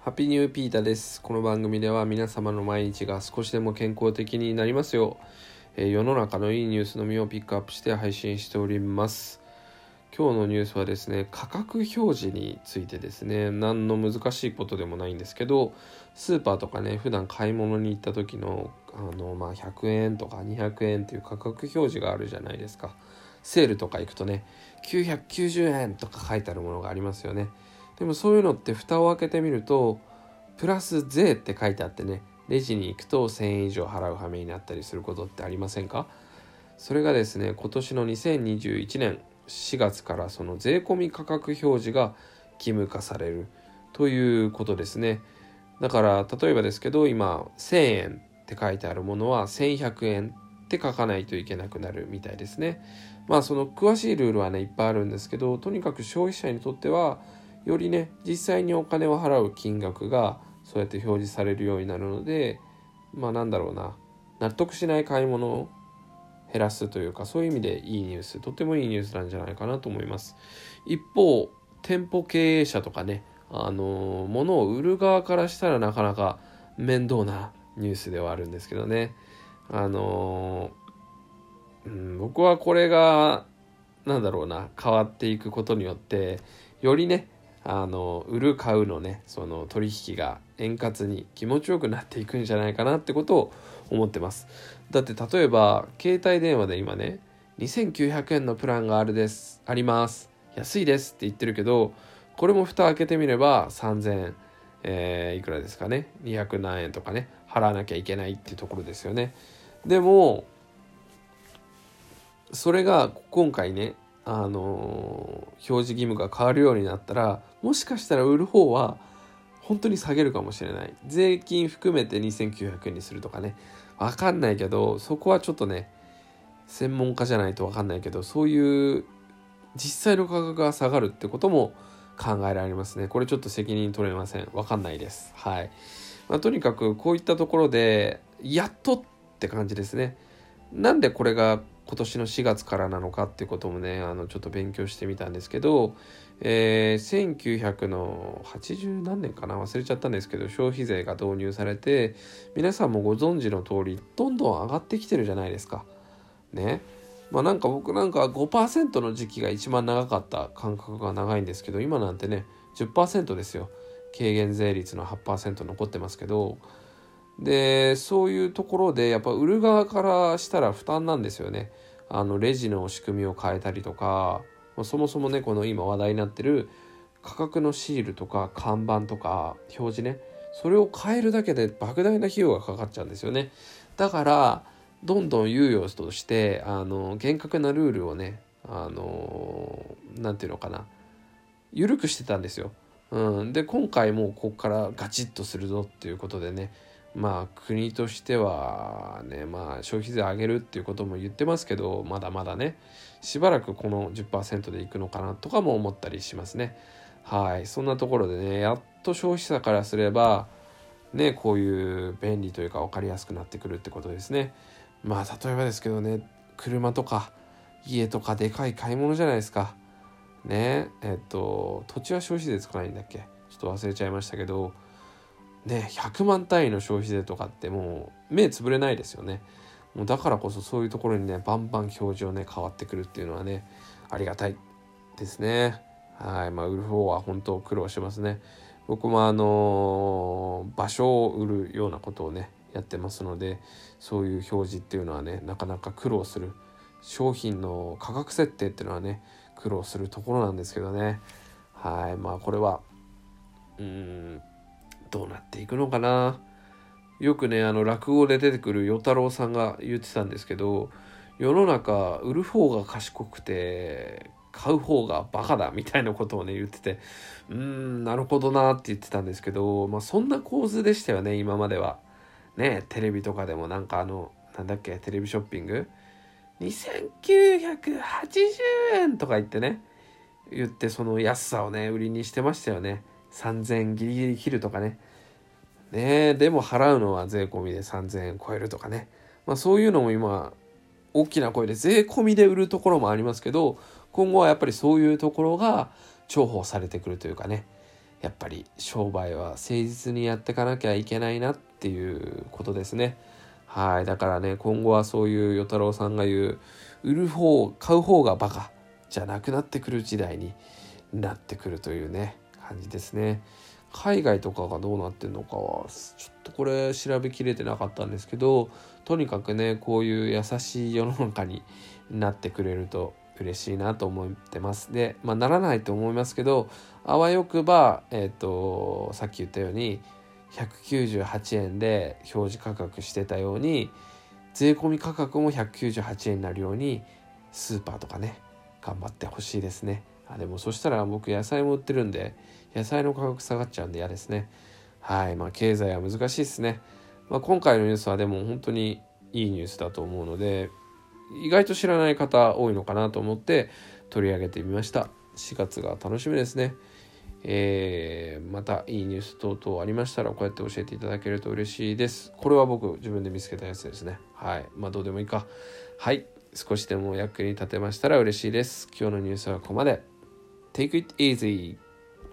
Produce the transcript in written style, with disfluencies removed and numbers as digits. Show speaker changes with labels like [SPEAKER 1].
[SPEAKER 1] ハッピーニューピーターです。この番組では皆様の毎日が少しでも健康的になりますよう、世の中のいいニュースのみをピックアップして配信しております。今日のニュースはですね、価格表示についてですね、何の難しいことでもないんですけど、スーパーとかね、普段買い物に行った時の100円とか200円っていう価格表示があるじゃないですか。セールとか行くとね、990円とか書いてあるものがありますよね。でもそういうのって蓋を開けてみるとプラス税って書いてあってね、レジに行くと1000円以上払う羽目になったりすることってありませんか？それがですね、今年の2021年4月からその税込み価格表示が義務化されるということですね。だから例えばですけど、今1000円って書いてあるものは1100円って書かないといけなくなるみたいですね。その詳しいルールはねいっぱいあるんですけど、とにかく消費者にとってはよりね、実際にお金を払う金額がそうやって表示されるようになるので、納得しない買い物を減らすというか、そういう意味でいいニュース、とてもいいニュースなんじゃないかなと思います。一方、店舗経営者とかね、物を売る側からしたらなかなか面倒なニュースではあるんですけどね。僕はこれが変わっていくことによってよりね、売る買うのね、その取引が円滑に気持ちよくなっていくんじゃないかなってことを思ってます。だって例えば携帯電話で今ね、2900円のプランがあります、安いですって言ってるけど、これも蓋開けてみれば3000円、いくらですかね、200何円とかね払わなきゃいけないっていうところですよね。でもそれが今回ね、表示義務が変わるようになったら、もしかしたら売る方は本当に下げるかもしれない。税金含めて2900円にするとかね、わかんないけど、そこはちょっとね、専門家じゃないとわかんないけど、そういう実際の価格が下がるってことも考えられますね。これちょっと責任取れません。わかんないです。はい。とにかくこういったところでやっとって感じですね。なんでこれが今年の4月からなのかっていうこともね、ちょっと勉強してみたんですけど、1980何年かな、忘れちゃったんですけど、消費税が導入されて、皆さんもご存知の通りどんどん上がってきてるじゃないですかね。僕なんか 5% の時期が一番長かった感覚が長いんですけど、今なんてね 10% ですよ。軽減税率の 8% 残ってますけど、でそういうところでやっぱ売る側からしたら負担なんですよね。レジの仕組みを変えたりとか、そもそもね、この今話題になってる価格のシールとか看板とか表示ね、それを変えるだけで莫大な費用がかかっちゃうんですよね。だからどんどん猶予として厳格なルールをね、緩くしてたんですよ。で今回もここからガチッとするぞっていうことでね、国としてはね、消費税上げるっていうことも言ってますけど、まだまだねしばらくこの 10% でいくのかなとかも思ったりしますね。はい、そんなところでね、やっと消費者からすればね、こういう便利というか分かりやすくなってくるってことですね。例えばですけどね、車とか家とかでかい買い物じゃないですかね。土地は消費税つかないんだっけ、ちょっと忘れちゃいましたけどね、100万単位の消費税とかってもう目つぶれないですよね。もうだからこそそういうところにねバンバン表示をね変わってくるっていうのはね、ありがたいですね。はい、売る方は本当苦労しますね。僕も場所を売るようなことをねやってますので、そういう表示っていうのはねなかなか苦労する、商品の価格設定っていうのはね苦労するところなんですけどね。はい、これはどうなっていくのかな。よくね落語で出てくる与太郎さんが言ってたんですけど、世の中売る方が賢くて買う方がバカだみたいなことをね言ってて、なるほどなって言ってたんですけど、そんな構図でしたよね今まではね。テレビとかでもなんだっけ、テレビショッピング2980円とか言ってその安さをね売りにしてましたよね。3000円ギリギリ切るとかね。でも払うのは税込みで3000円超えるとかね。そういうのも今大きな声で税込みで売るところもありますけど、今後はやっぱりそういうところが重宝されてくるというかね、 やっぱり商売は誠実にやっていかなきゃいけないなっていうことですね。はい、だからね、今後はそういう与太郎さんが言う買う方がバカじゃなくなってくる時代になってくるというね感じですね。海外とかがどうなってるのかはちょっとこれ調べきれてなかったんですけど、とにかくねこういう優しい世の中になってくれると嬉しいなと思ってます。で、ならないと思いますけど、あわよくばさっき言ったように198円で表示価格してたように税込み価格も198円になるようにスーパーとかね頑張ってほしいですね。でもそしたら僕野菜も売ってるんで野菜の価格下がっちゃうんで嫌ですね。はい、経済は難しいですね。今回のニュースはでも本当にいいニュースだと思うので、意外と知らない方多いのかなと思って取り上げてみました。4月が楽しみですね。またいいニュース等々ありましたらこうやって教えていただけると嬉しいです。これは僕自分で見つけたやつですね。はい、どうでもいいか。はい、少しでも役に立てましたら嬉しいです。今日のニュースはここまで。Take it easy.